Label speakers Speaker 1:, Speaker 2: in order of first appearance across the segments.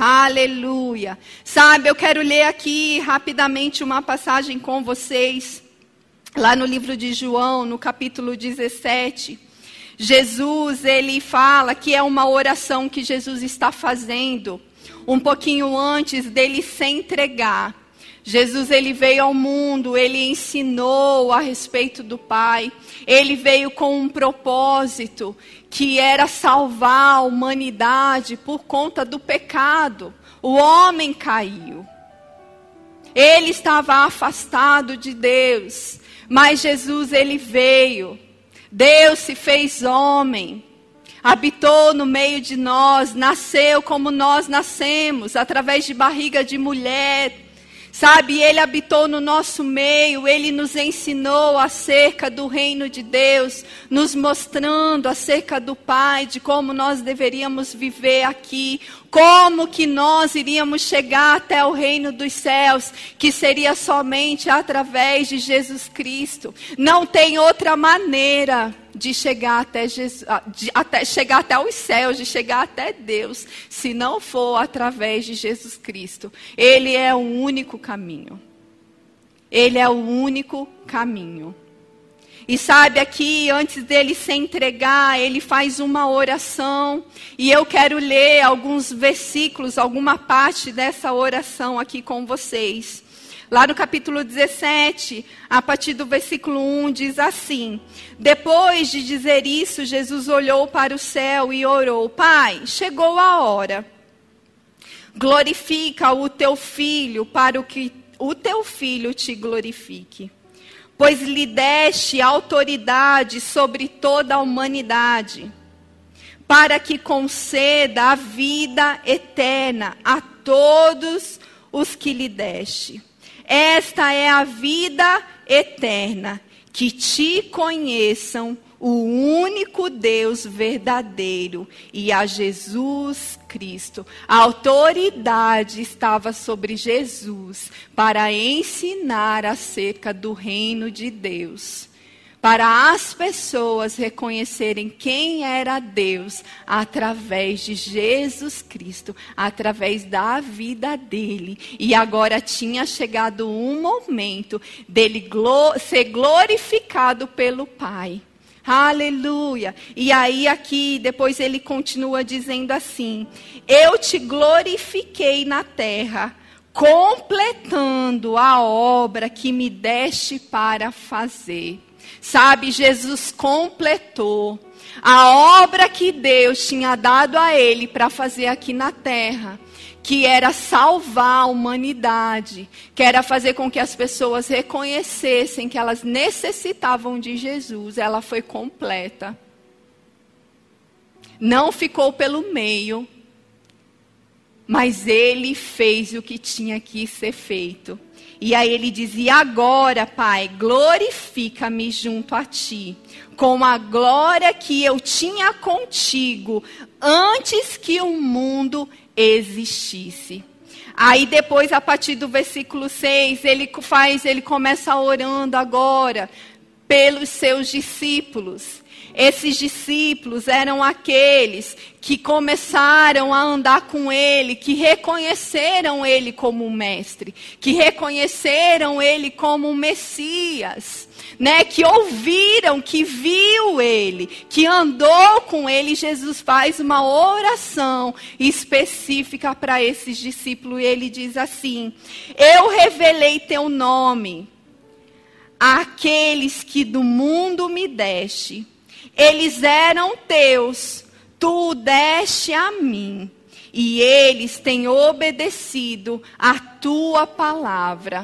Speaker 1: Aleluia. Sabe, eu quero ler aqui rapidamente uma passagem com vocês. Lá no livro de João, no capítulo 17. Jesus, ele fala que é uma oração que Jesus está fazendo um pouquinho antes dele se entregar. Jesus, ele veio ao mundo, ele ensinou a respeito do Pai. Ele veio com um propósito, que era salvar a humanidade por conta do pecado. O homem caiu. Ele estava afastado de Deus, mas Jesus, ele veio. Deus se fez homem, habitou no meio de nós, nasceu como nós nascemos, através de barriga de mulher. Sabe, ele habitou no nosso meio, ele nos ensinou acerca do reino de Deus, nos mostrando acerca do Pai, de como nós deveríamos viver aqui, como que nós iríamos chegar até o reino dos céus, que seria somente através de Jesus Cristo. Não tem outra maneira de chegar até Jesus, chegar até os céus, de chegar até Deus, se não for através de Jesus Cristo. Ele é o único caminho. Ele é o único caminho. E sabe, aqui, antes dele se entregar, ele faz uma oração. E eu quero ler alguns versículos, alguma parte dessa oração aqui com vocês. Lá no capítulo 17, a partir do versículo 1, diz assim: depois de dizer isso, Jesus olhou para o céu e orou: Pai, chegou a hora. Glorifica o teu filho, para que o teu filho te glorifique. Pois lhe deste autoridade sobre toda a humanidade, para que conceda a vida eterna a todos os que lhe deste. Esta é a vida eterna, que te conheçam, o único Deus verdadeiro, e a Jesus Cristo. A autoridade estava sobre Jesus para ensinar acerca do reino de Deus, para as pessoas reconhecerem quem era Deus através de Jesus Cristo, através da vida dele. E agora tinha chegado um momento dele ser glorificado pelo Pai. Aleluia. E aí aqui, depois ele continua dizendo assim: eu te glorifiquei na terra, completando a obra que me deste para fazer. Sabe, Jesus completou a obra que Deus tinha dado a ele para fazer aqui na terra, que era salvar a humanidade, que era fazer com que as pessoas reconhecessem que elas necessitavam de Jesus. Ela foi completa. Não ficou pelo meio, mas ele fez o que tinha que ser feito. E aí ele dizia: agora, Pai, glorifica-me junto a ti, com a glória que eu tinha contigo, antes que o mundo existisse. Aí depois, a partir do versículo 6, ele começa orando agora pelos seus discípulos. Esses discípulos eram aqueles que começaram a andar com ele, que reconheceram ele como um mestre, que reconheceram ele como um Messias, né? Que ouviram, que viu ele, que andou com ele. Jesus faz uma oração específica para esses discípulos e ele diz assim: eu revelei teu nome àqueles que do mundo me deste. Eles eram teus, tu o deste a mim, e eles têm obedecido a tua palavra.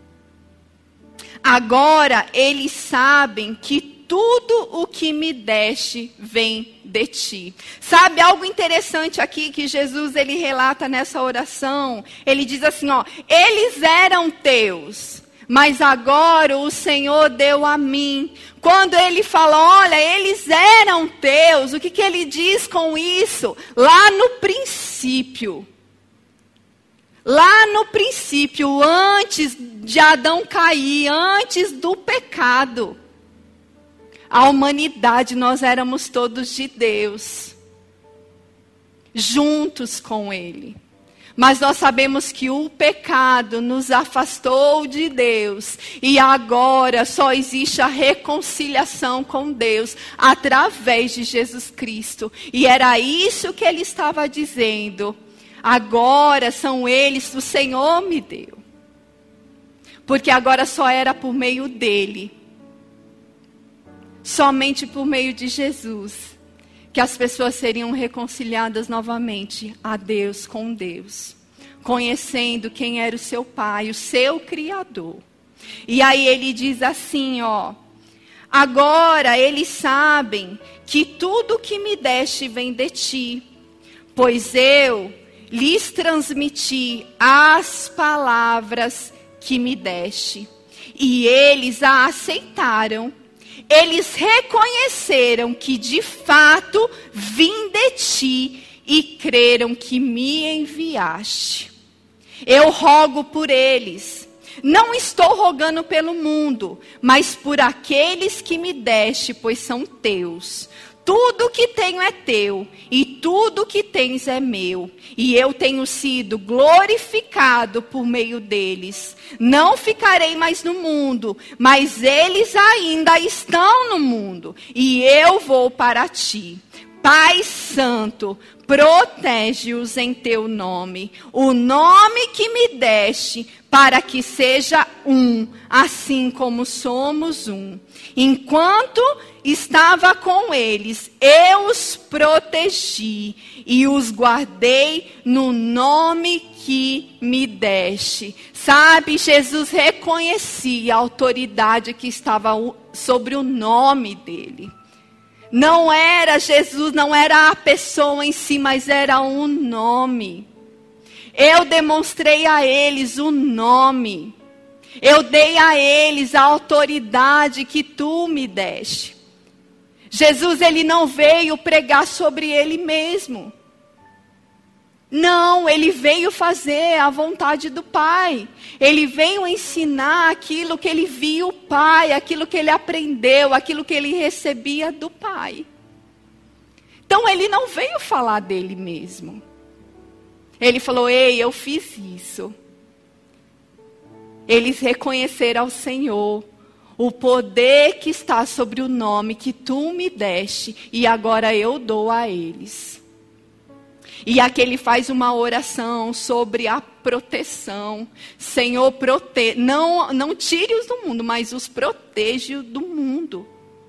Speaker 1: Agora eles sabem que tudo o que me deste vem de ti. Sabe algo interessante aqui que Jesus ele relata nessa oração? Ele diz assim, ó: eles eram teus, mas agora o Senhor deu a mim. Quando ele fala, olha, eles eram teus, o que ele diz com isso? Lá no princípio, antes de Adão cair, antes do pecado, a humanidade, nós éramos todos de Deus, juntos com ele. Mas nós sabemos que o pecado nos afastou de Deus. E agora só existe a reconciliação com Deus através de Jesus Cristo. E era isso que ele estava dizendo. Agora são eles que o Senhor me deu. Porque agora só era por meio dele. Somente por meio de Jesus. Que as pessoas seriam reconciliadas novamente a Deus, com Deus. Conhecendo quem era o seu Pai, o seu Criador. E aí ele diz assim, ó. Agora eles sabem que tudo que me deste vem de ti. Pois eu lhes transmiti as palavras que me deste. E eles a aceitaram. Eles reconheceram que de fato vim de ti e creram que me enviaste. Eu rogo por eles. Não estou rogando pelo mundo, mas por aqueles que me deste, pois são teus. Tudo que tenho é teu, e tudo que tens é meu. E eu tenho sido glorificado por meio deles. Não ficarei mais no mundo, mas eles ainda estão no mundo. E eu vou para ti. Pai Santo, protege-os em teu nome. O nome que me deste, para que seja um, assim como somos um. Enquanto estava com eles, eu os protegi e os guardei no nome que me deste. Sabe, Jesus reconhecia a autoridade que estava sobre o nome dele. Não era Jesus, não era a pessoa em si, mas era um nome. Eu demonstrei a eles o nome. Eu dei a eles a autoridade que tu me deste. Jesus, ele não veio pregar sobre ele mesmo. Não, ele veio fazer a vontade do Pai. Ele veio ensinar aquilo que ele viu o Pai, aquilo que ele aprendeu, aquilo que ele recebia do Pai. Então ele não veio falar dele mesmo. Ele falou, ei, eu fiz isso. Eles reconheceram ao Senhor o poder que está sobre o nome que tu me deste e agora eu dou a eles. E aqui ele faz uma oração sobre a proteção. Senhor, não tire-os do mundo, mas os proteja do mundo.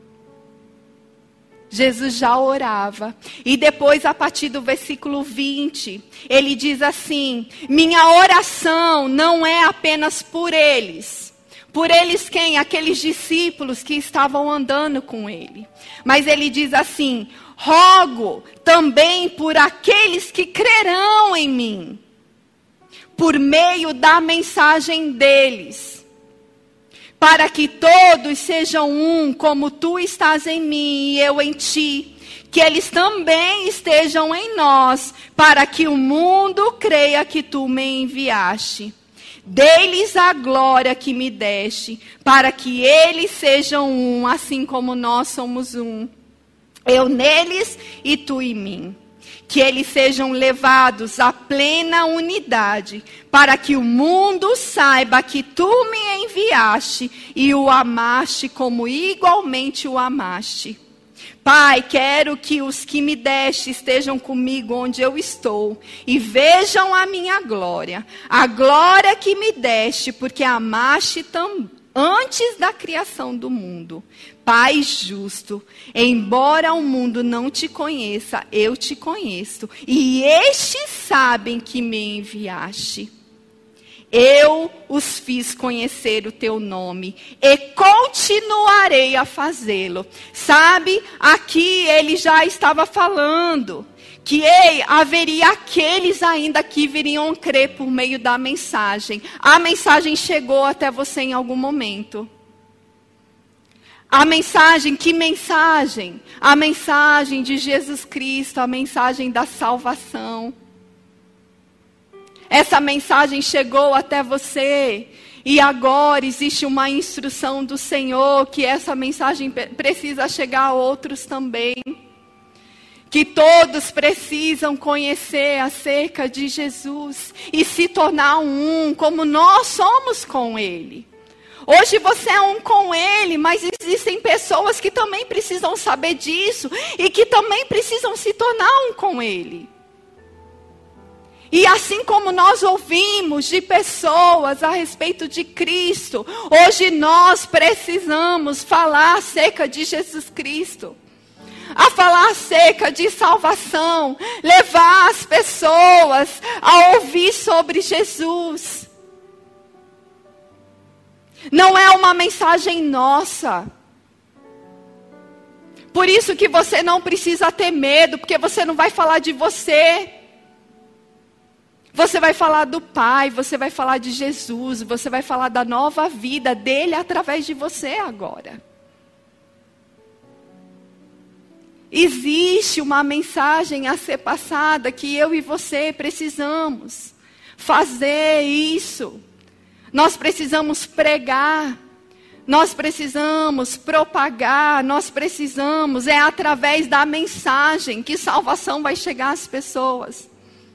Speaker 1: Jesus já orava. E depois, a partir do versículo 20, ele diz assim: minha oração não é apenas por eles. Por eles quem? Aqueles discípulos que estavam andando com ele. Mas ele diz assim: rogo também por aqueles que crerão em mim, por meio da mensagem deles, para que todos sejam um, como tu estás em mim e eu em ti, que eles também estejam em nós, para que o mundo creia que tu me enviaste. Dê-lhes a glória que me deste, para que eles sejam um, assim como nós somos um. Eu neles e tu em mim. Que eles sejam levados à plena unidade, para que o mundo saiba que tu me enviaste e o amaste como igualmente o amaste. Pai, quero que os que me deste estejam comigo onde eu estou e vejam a minha glória, a glória que me deste, porque amaste antes da criação do mundo. Pai justo, embora o mundo não te conheça, eu te conheço, e estes sabem que me enviaste. Eu os fiz conhecer o teu nome e continuarei a fazê-lo. Sabe, aqui ele já estava falando que haveria aqueles ainda que viriam crer por meio da mensagem. A mensagem chegou até você em algum momento. A mensagem, que mensagem? A mensagem de Jesus Cristo, a mensagem da salvação. Essa mensagem chegou até você e agora existe uma instrução do Senhor que essa mensagem precisa chegar a outros também. que todos precisam conhecer acerca de Jesus e se tornar um, como nós somos com Ele. Hoje você é um com Ele, mas existem pessoas que também precisam saber disso e que também precisam se tornar um com Ele. E assim como nós ouvimos de pessoas a respeito de Cristo, hoje nós precisamos falar acerca de Jesus Cristo. A falar acerca de salvação, levar as pessoas a ouvir sobre Jesus. Não é uma mensagem nossa. Por isso que você não precisa ter medo, porque você não vai falar de você. Você vai falar do Pai, você vai falar de Jesus, você vai falar da nova vida dele através de você agora. Existe uma mensagem a ser passada que eu e você precisamos fazer isso. Nós precisamos pregar, nós precisamos propagar, nós precisamos, é através da mensagem que salvação vai chegar às pessoas.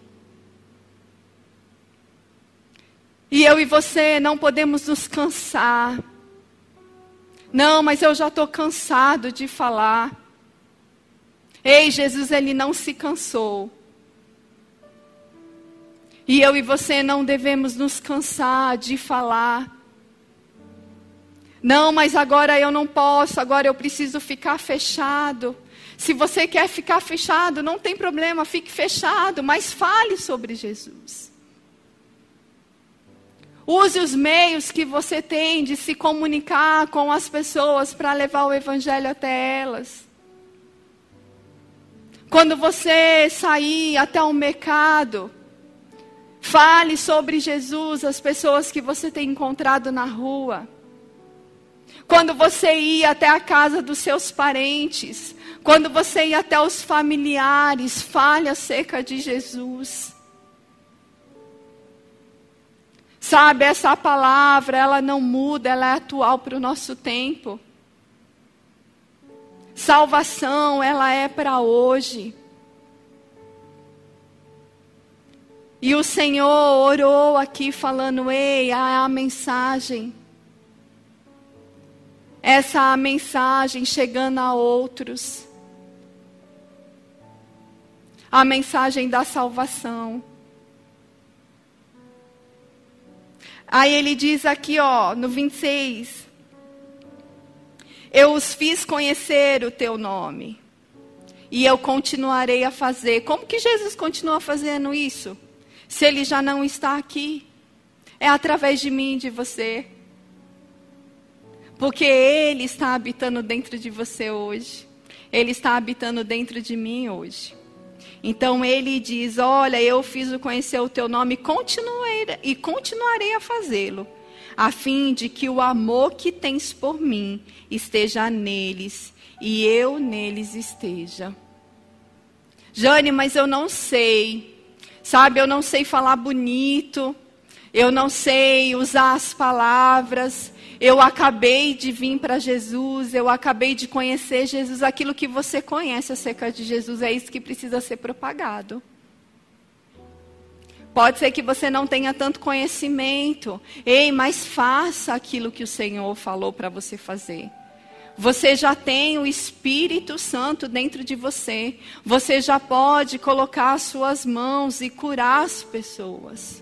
Speaker 1: E eu e você não podemos nos cansar. Não, mas eu já estou cansado de falar. Ei, Jesus, ele não se cansou. E eu e você não devemos nos cansar de falar. Não, mas agora eu não posso, agora eu preciso ficar fechado. Se você quer ficar fechado, não tem problema, fique fechado, mas fale sobre Jesus. Use os meios que você tem de se comunicar com as pessoas para levar o evangelho até elas. Quando você sair até o mercado, fale sobre Jesus às pessoas que você tem encontrado na rua. Quando você ir até a casa dos seus parentes, quando você ir até os familiares, fale acerca de Jesus. Sabe, essa palavra, ela não muda, ela é atual para o nosso tempo. Salvação, ela é para hoje. E o Senhor orou aqui falando, ei, a mensagem. Essa é a mensagem chegando a outros. A mensagem da salvação. Aí ele diz aqui, ó, no 26. Eu os fiz conhecer o teu nome. E eu continuarei a fazer. Como que Jesus continua fazendo isso? Se ele já não está aqui. É através de mim e de você. Porque ele está habitando dentro de você hoje. Ele está habitando dentro de mim hoje. Então ele diz, olha, eu fiz o conhecer o teu nome e continuarei a fazê-lo, a fim de que o amor que tens por mim esteja neles e eu neles esteja. Jane, mas eu não sei, sabe, eu não sei falar bonito, eu não sei usar as palavras, eu acabei de vir para Jesus, eu acabei de conhecer Jesus. Aquilo que você conhece acerca de Jesus, é isso que precisa ser propagado. Pode ser que você não tenha tanto conhecimento. Ei, mas faça aquilo que o Senhor falou para você fazer. Você já tem o Espírito Santo dentro de você. Você já pode colocar as suas mãos e curar as pessoas.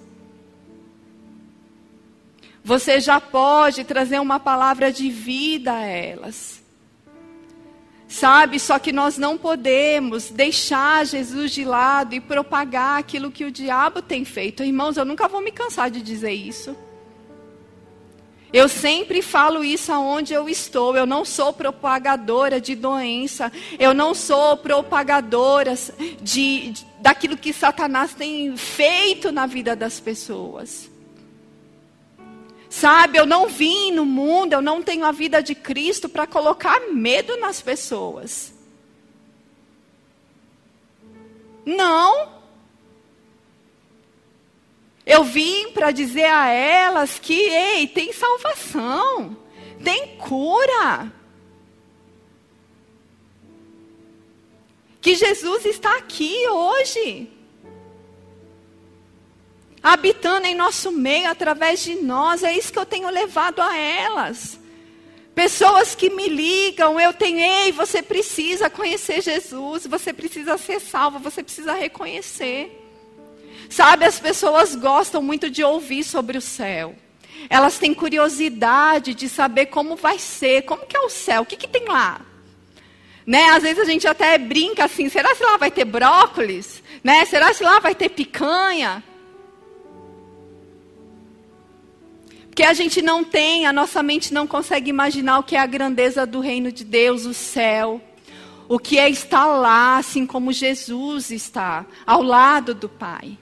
Speaker 1: Você já pode trazer uma palavra de vida a elas. Sabe, só que nós não podemos deixar Jesus de lado e propagar aquilo que o diabo tem feito. Irmãos, eu nunca vou me cansar de dizer isso. Eu sempre falo isso aonde eu estou. Eu não sou propagadora de doença. Eu não sou propagadora daquilo que Satanás tem feito na vida das pessoas. Sabe, eu não vim no mundo, eu não tenho a vida de Cristo para colocar medo nas pessoas. Não. Eu vim para dizer a elas que, ei, tem salvação, tem cura. que Jesus está aqui hoje, habitando em nosso meio, através de nós. É isso que eu tenho levado a elas. Pessoas que me ligam, ei, você precisa conhecer Jesus, você precisa ser salvo, você precisa reconhecer. Sabe, as pessoas gostam muito de ouvir sobre o céu. Elas têm curiosidade de saber como vai ser, como que é o céu, o que que tem lá? Né? Às vezes a gente até brinca assim, será que lá vai ter brócolis? Né? Será que lá vai ter picanha? Porque a gente não tem, a nossa mente não consegue imaginar o que é a grandeza do reino de Deus, o céu. O que é estar lá, assim como Jesus está, ao lado do Pai.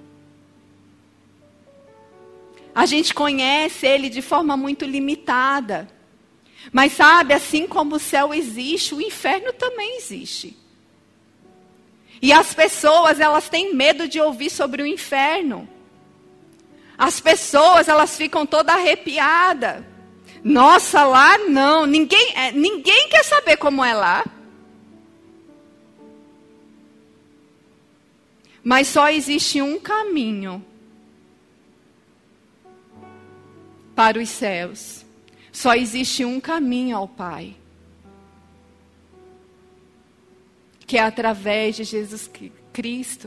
Speaker 1: A gente conhece Ele de forma muito limitada. Mas sabe, assim como o céu existe, o inferno também existe. E as pessoas, elas têm medo de ouvir sobre o inferno. As pessoas, elas ficam toda arrepiadas. Nossa, lá não. Ninguém quer saber como é lá. Mas só existe um caminho para os céus. Só existe um caminho ao Pai. Que é através de Jesus Cristo.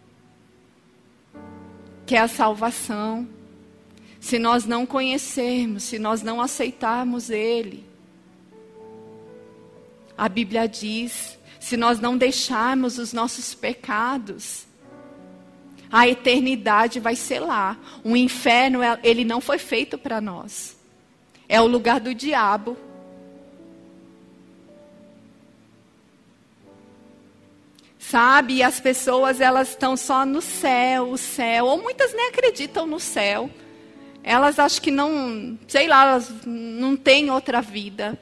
Speaker 1: Que é a salvação. Se nós não conhecermos, se nós não aceitarmos Ele. A Bíblia diz, se nós não deixarmos os nossos pecados, a eternidade vai ser lá. O inferno, ele não foi feito para nós. É o lugar do diabo. Sabe, e as pessoas, elas estão só no céu, o céu. Ou muitas nem acreditam no céu. Elas acham que não, sei lá, elas não têm outra vida.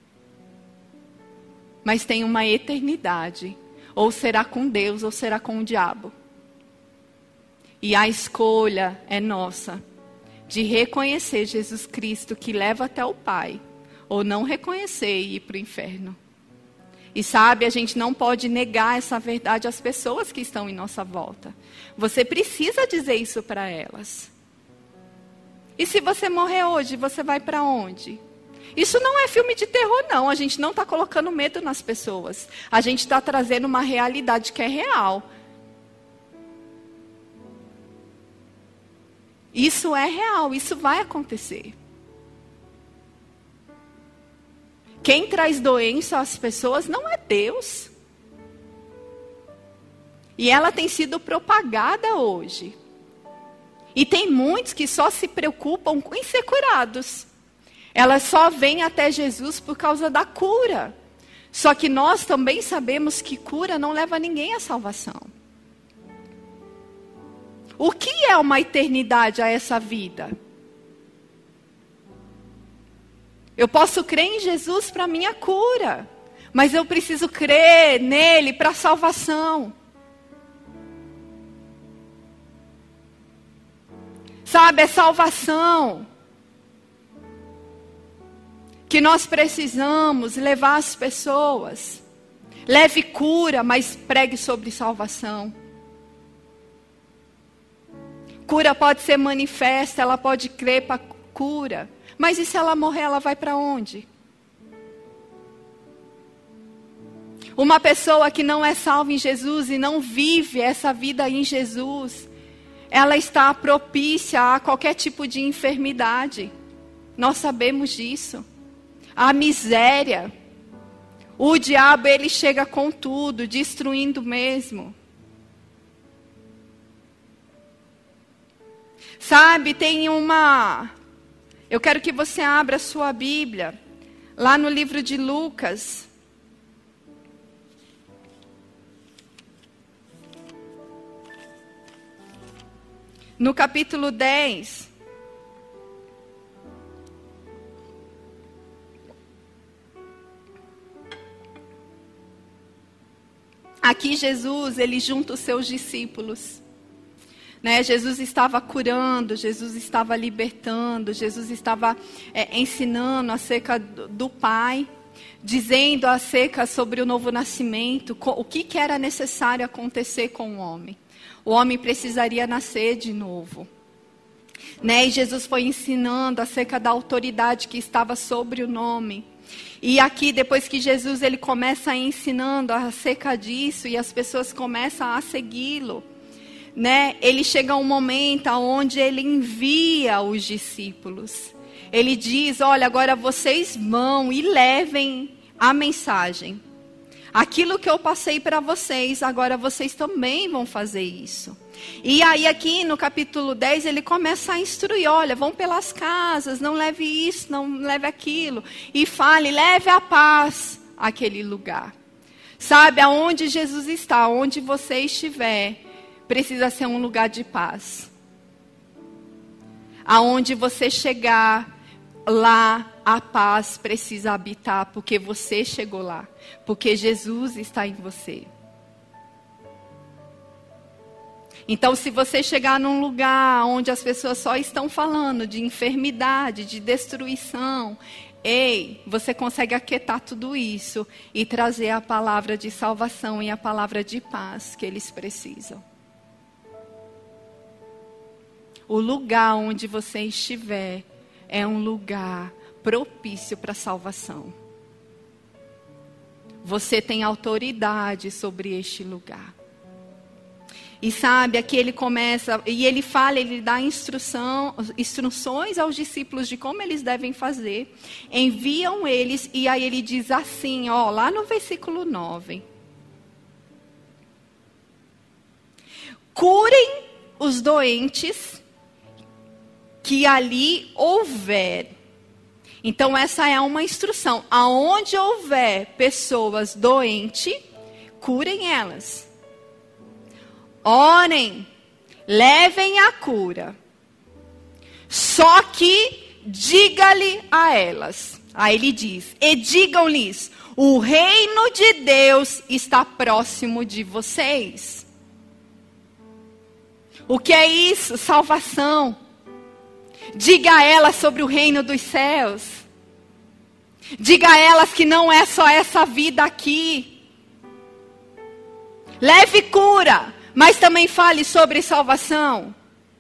Speaker 1: Mas tem uma eternidade. Ou será com Deus, ou será com o diabo. E a escolha é nossa. De reconhecer Jesus Cristo que leva até o Pai. Ou não reconhecer e ir para o inferno. E sabe, a gente não pode negar essa verdade às pessoas que estão em nossa volta. Você precisa dizer isso para elas. E se você morrer hoje, você vai para onde? Isso não é filme de terror, não. A gente não está colocando medo nas pessoas. A gente está trazendo uma realidade que é real. Isso é real, isso vai acontecer. Quem traz doença às pessoas não é Deus. E ela tem sido propagada hoje. E tem muitos que só se preocupam em ser curados. Elas só vêm até Jesus por causa da cura. Só que nós também sabemos que cura não leva ninguém à salvação. O que é uma eternidade a essa vida? Eu posso crer em Jesus para minha cura, mas eu preciso crer nele para a salvação. Sabe, é salvação que nós precisamos levar às pessoas. Leve cura, mas pregue sobre salvação. Cura pode ser manifesta, ela pode crer para cura. Mas e se ela morrer, ela vai para onde? Uma pessoa que não é salva em Jesus e não vive essa vida em Jesus, ela está propícia a qualquer tipo de enfermidade. Nós sabemos disso. A miséria. O diabo, ele chega com tudo, destruindo mesmo. Sabe, tem uma... Eu quero que você abra a sua Bíblia, lá no livro de Lucas. No capítulo 10. Aqui Jesus, ele junta os seus discípulos. Né? Jesus estava curando, Jesus estava libertando, Jesus estava ensinando acerca do Pai. dizendo acerca sobre o novo nascimento, o que era necessário acontecer com o homem. O homem precisaria nascer de novo. Né? E Jesus foi ensinando acerca da autoridade que estava sobre o nome. E aqui, depois que Jesus ele começa ensinando acerca disso, e as pessoas começam a segui-lo, né? Ele chega a um momento onde ele envia os discípulos. Ele diz, olha, agora vocês vão e levem a mensagem. Aquilo que eu passei para vocês, agora vocês também vão fazer isso. E aí aqui no capítulo 10 ele começa a instruir, olha, vão pelas casas, não leve isso, não leve aquilo. E fale, leve a paz àquele lugar. Sabe, aonde Jesus está, onde você estiver, precisa ser um lugar de paz. Aonde você chegar, lá a paz precisa habitar, porque você chegou lá. Porque Jesus está em você. Então, se você chegar num lugar onde as pessoas só estão falando de enfermidade, de destruição, você consegue aquietar tudo isso e trazer a palavra de salvação e a palavra de paz que eles precisam. O lugar onde você estiver é um lugar propício para salvação. Você tem autoridade sobre este lugar. E sabe, aqui ele começa, e ele fala, ele dá instruções aos discípulos de como eles devem fazer. Enviam eles, e aí ele diz assim, ó, lá no versículo 9. Curem os doentes que ali houver. Então essa é uma instrução. Aonde houver pessoas doentes, curem elas. Orem, levem a cura. Só que diga-lhe a elas. Aí ele diz, e digam-lhes, o reino de Deus está próximo de vocês. O que é isso? Salvação. Diga a elas sobre o reino dos céus. Diga a elas que não é só essa vida aqui. Leve cura, mas também fale sobre salvação.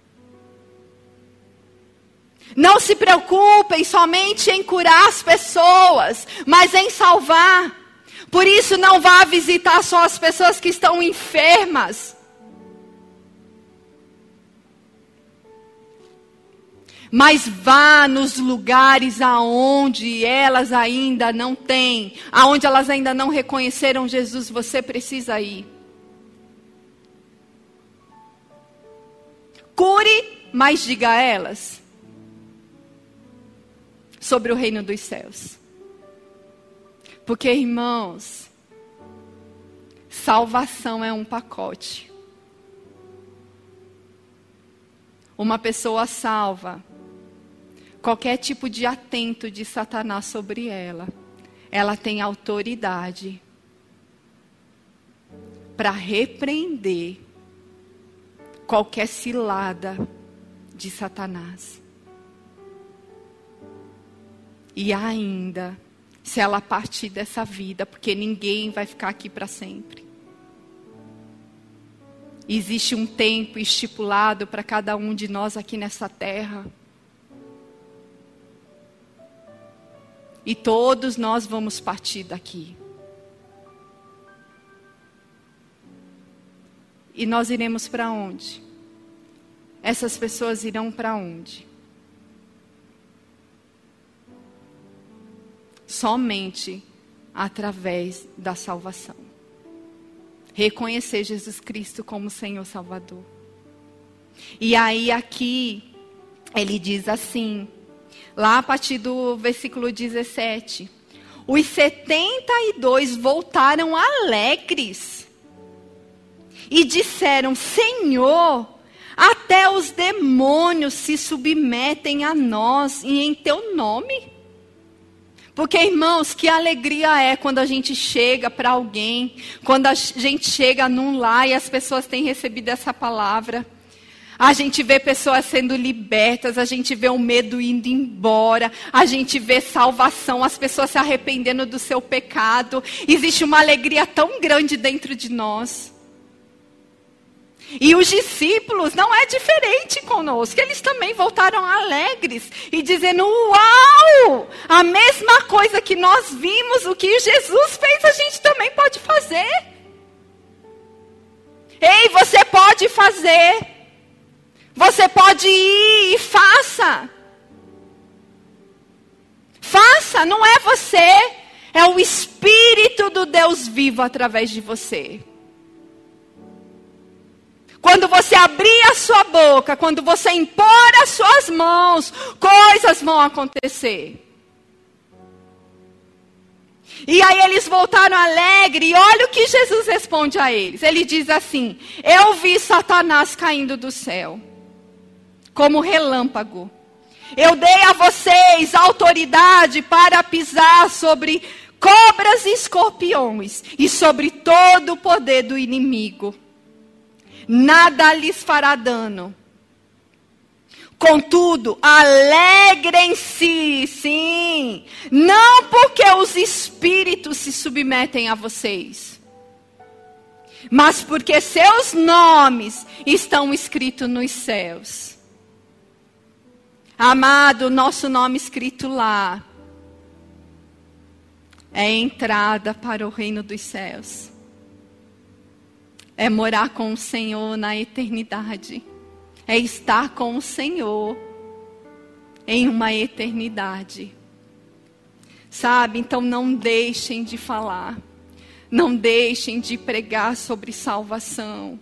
Speaker 1: Não se preocupem somente em curar as pessoas, mas em salvar. Por isso não vá visitar só as pessoas que estão enfermas. Mas vá nos lugares aonde elas ainda não têm, aonde elas ainda não reconheceram Jesus, você precisa ir. Cure, mas diga a elas sobre o reino dos céus. Porque, irmãos, salvação é um pacote. Uma pessoa salva, qualquer tipo de atento de Satanás sobre ela tem autoridade para repreender qualquer cilada de Satanás. E ainda, se ela partir dessa vida, porque ninguém vai ficar aqui para sempre. Existe um tempo estipulado para cada um de nós aqui nessa terra. E todos nós vamos partir daqui. E nós iremos para onde? Essas pessoas irão para onde? Somente através da salvação. Reconhecer Jesus Cristo como Senhor Salvador. E aí aqui, ele diz assim, lá a partir do versículo 17. Os 72 voltaram alegres. E disseram, Senhor, até os demônios se submetem a nós e em teu nome. Porque, irmãos, que alegria é quando a gente chega para alguém, quando a gente chega num lar e as pessoas têm recebido essa palavra. A gente vê pessoas sendo libertas, a gente vê o medo indo embora, a gente vê salvação, as pessoas se arrependendo do seu pecado. Existe uma alegria tão grande dentro de nós. E os discípulos não é diferente conosco, eles também voltaram alegres e dizendo: uau, a mesma coisa que nós vimos, o que Jesus fez, a gente também pode fazer. Ei, você pode fazer, você pode ir e faça. Faça, não é você, é o Espírito do Deus vivo através de você. Quando você abrir a sua boca, quando você impor as suas mãos, coisas vão acontecer. E aí eles voltaram alegres, e olha o que Jesus responde a eles. Ele diz assim: eu vi Satanás caindo do céu, como relâmpago. Eu dei a vocês autoridade para pisar sobre cobras e escorpiões, e sobre todo o poder do inimigo. Nada lhes fará dano. Contudo, alegrem-se, sim, não porque os espíritos se submetem a vocês, mas porque seus nomes estão escritos nos céus. Amado, nosso nome escrito lá é entrada para o reino dos céus. É morar com o Senhor na eternidade. É estar com o Senhor em uma eternidade. Sabe? Então não deixem de falar. Não deixem de pregar sobre salvação.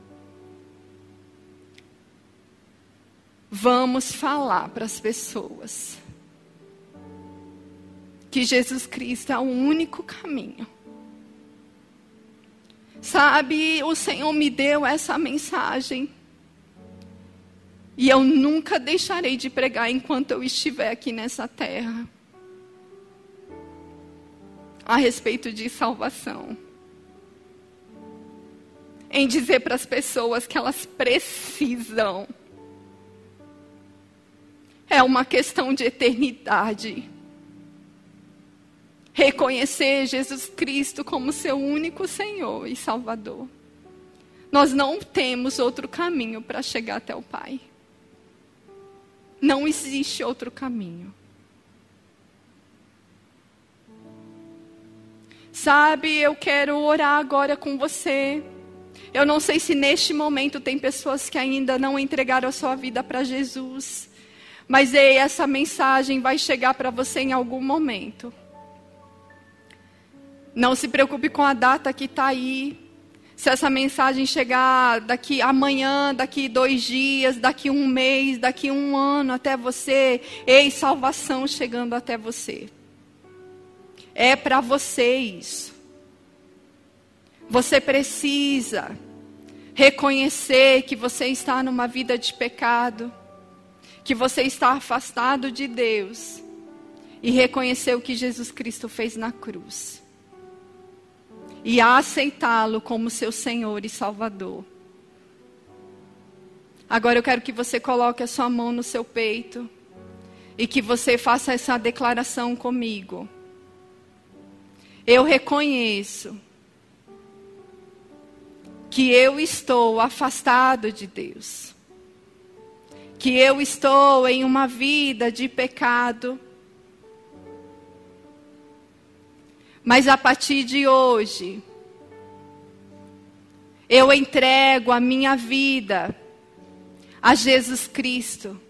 Speaker 1: Vamos falar para as pessoas que Jesus Cristo é o único caminho. Sabe, o Senhor me deu essa mensagem. E eu nunca deixarei de pregar enquanto eu estiver aqui nessa terra. A respeito de salvação. Em dizer para as pessoas que elas precisam. É uma questão de eternidade. Reconhecer Jesus Cristo como seu único Senhor e Salvador. Nós não temos outro caminho para chegar até o Pai. Não existe outro caminho. Sabe, eu quero orar agora com você. Eu não sei se neste momento tem pessoas que ainda não entregaram a sua vida para Jesus. Mas ei, essa mensagem vai chegar para você em algum momento. Não se preocupe com a data que está aí. Se essa mensagem chegar daqui amanhã, daqui 2 dias, daqui 1 mês, daqui 1 ano até você, ei, salvação chegando até você. É para você isso. Você precisa reconhecer que você está numa vida de pecado, que você está afastado de Deus e reconhecer o que Jesus Cristo fez na cruz. E aceitá-lo como seu Senhor e Salvador. Agora eu quero que você coloque a sua mão no seu peito e que você faça essa declaração comigo. Eu reconheço que eu estou afastado de Deus. Que eu estou em uma vida de pecado. Mas a partir de hoje, eu entrego a minha vida a Jesus Cristo.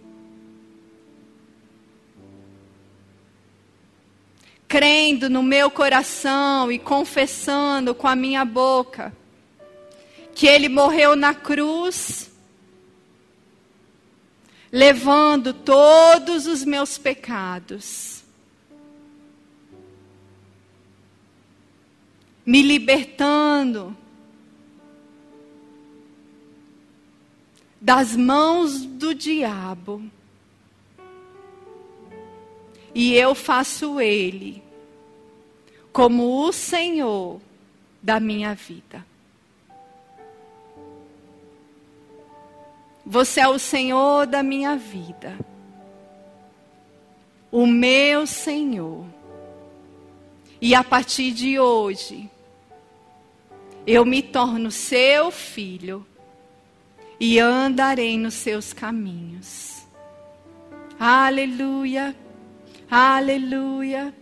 Speaker 1: Crendo no meu coração e confessando com a minha boca que Ele morreu na cruz, levando todos os meus pecados, me libertando das mãos do diabo. E eu faço Ele como o Senhor da minha vida. Você é o Senhor da minha vida. O meu Senhor. E a partir de hoje, eu me torno seu filho e andarei nos seus caminhos. Aleluia, aleluia,